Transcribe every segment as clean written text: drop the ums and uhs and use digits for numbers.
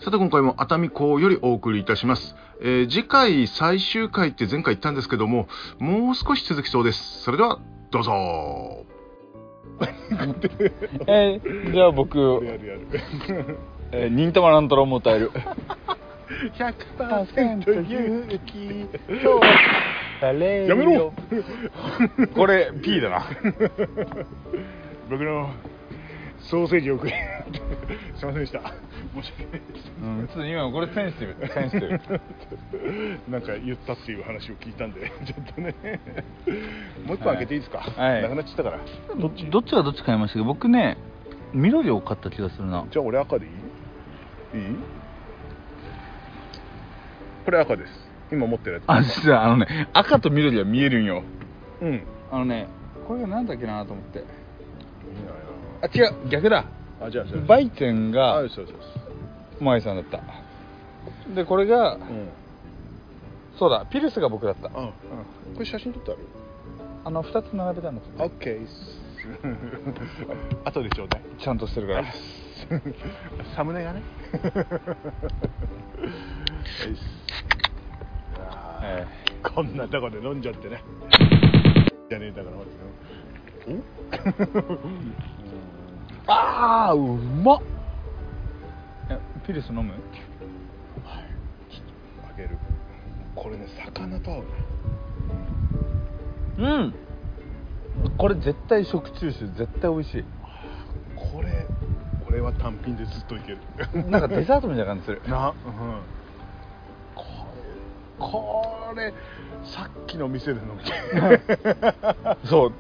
さて今回も熱海港よりお送りいたします。次回最終回って前回言ったんですけども、もう少し続きそうです。それではどうぞ。 じゃあ僕忍たま乱太郎も歌える。100% 勇気今日は誰よ。 やめろ。 これ P だな。 僕のソーセージを食いすいませんでした。申し訳ないです。 ちょっと今これセンシティブなんか言ったっていう話を聞いたんでちょっとねもう一本開けていいですか。 はい、 なくなっちゃったから。 どっちがどっち買いましたけど、僕ね緑を買った気がするな。 じゃあ俺赤でいい？これ赤です。今持ってるやつ。 実は赤と緑は見えるんよ。 うん。 これがなんだっけなと思って。違う、逆だ。 じゃあバイチェンがそうモアイさんだった。でこれが、そうだ、ピルスが僕だった。 これ写真撮ってある 2つ並べたんですよ。 オッケー。後でちょうだい。 ちゃんとしてるから。 サムネがね。こんなとこで飲んじゃってね。じゃねえだから。 うまっ。ピルス飲む？ はい。ちょっとあげる。これね、魚と合うね。 これ絶対食中酒、絶対美味しい。 これは単品でずっといける。 なんかデザートみたいな感じする。 これさっきの店で飲みたい。 そう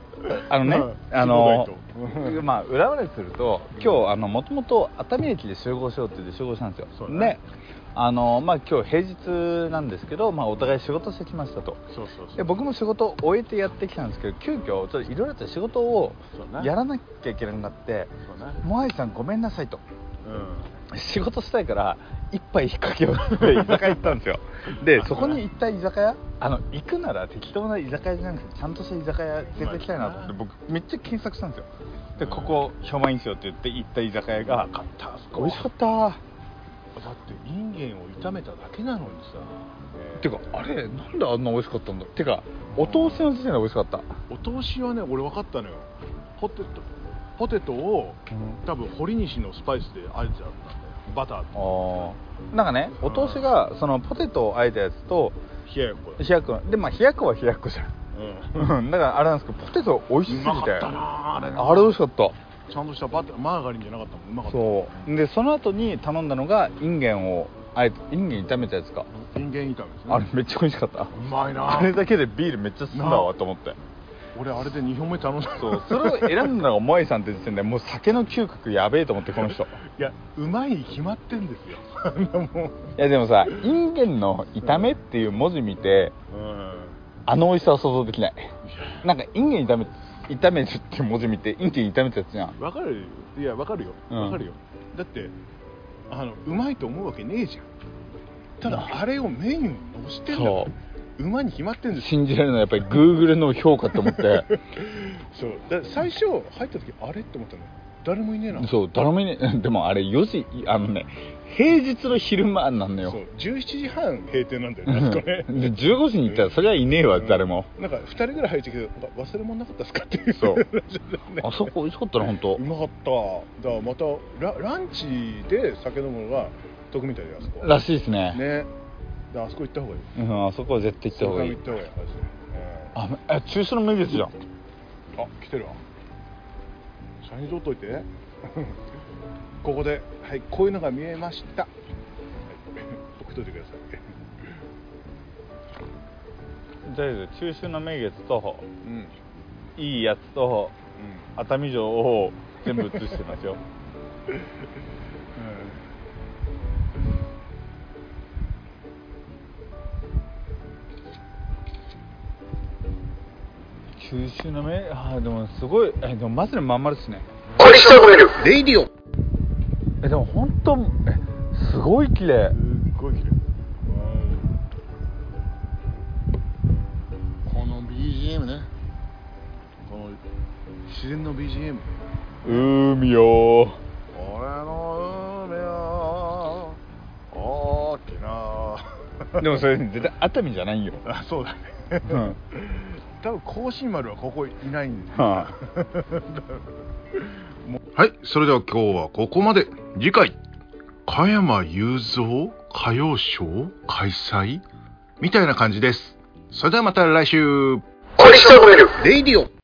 まあ裏話すると、今日もともと熱海駅で集合しようって言って集合したんですよ。で今日平日なんですけど、お互い仕事してきましたと。で僕も仕事を終えてやってきたんですけど、急遽ちょっといろいろと仕事をやらなきゃいけなくなって、モアイさんごめんなさいと、仕事したいから一杯引っ掛けようって居酒屋行ったんですよ。でそこに行った居酒屋、行くなら適当な居酒屋じゃなくてちゃんとした居酒屋絶対行きたいなと思って、僕めっちゃ検索したんですよ。でここ評判いいんですよって言って行った居酒屋が美味しかった。 だってインゲンを炒めただけなのにさ。 てかあれなんであんな美味しかったんだ。てかお通しの時点で美味しかった。 お通しはね、俺分かったのよ。ポテトを多分堀西のスパイスであえてあったんだよ。バターと。 なんかね、お通しがそのポテトをあえたやつと冷ややっこで、冷ややっこは冷ややっこじゃん。だからあれなんですけど、ポテト美味しすぎて。うまかったなあれ。あれ美味しかった。 ちゃんとしたマーガリンじゃなかったもん。うまかった。 そうでその後に頼んだのがインゲン炒めたやつか。 インゲン炒めですね。 あれめっちゃ美味しかった。 うまいな。 あれだけでビールめっちゃ進んだわと思って。 俺あれで2本目頼んだ。 それを選んだのがモアイさんって時点でもう酒の嗅覚やべえと思って、この人。 いや、うまいに決まってんですよ。 いやでもさ、インゲンの炒めっていう文字見て、美味しさは想像できない。なんかインゲン炒めるっていう文字見てインゲン炒めたやつじゃん。 わかる。いや、わかるよ。わかるよ。だってうまいと思うわけねえじゃん。ただあれをメニューに載してんだから、うまいに決まってんですよ。 信じられない。やっぱり Google の評価って思って。 そうだ、最初入った時あれって思ったの。誰もいねえな。 そう誰もいねえ。でもあれ4時平日の昼間なんだよ。そう 17時半閉店なんだよね、あそこね。 で15時に行ったらそれはいねえわ、誰も。 なんか2人ぐらい入ってきて、忘れ物なかったですかっていう。 そうあそこ美味しかったな、本当。 うまかった。だからまたランチで酒飲むのが得みたいで、あそこらしいですね。 であそこ行った方がいい。 あそこは絶対行った方がいい。 行った方がいい。 中秋の名月じゃん。 来てるわ。写真撮っといて。ここで、はい、こういうのが見えました。送っといてください。 とりあえず中秋の名月と、いいやつと、熱海城を全部写してますよ。中秋の名、でもすごい、でもマジでまん丸ですね。 これしてくれるレイディオ。 でも本当すごい綺麗。 すごい綺麗。この BGM ね。この自然の BGM。 海よ。 俺の海よ。 でもそれ絶対熱海じゃないよ。 あ、そうだね、うん、多分甲信丸はここいないんで、はあ、はい、それでは今日はここまで。次回加山雄三歌謡ショー開催みたいな感じです。それではまた来週。レイディオ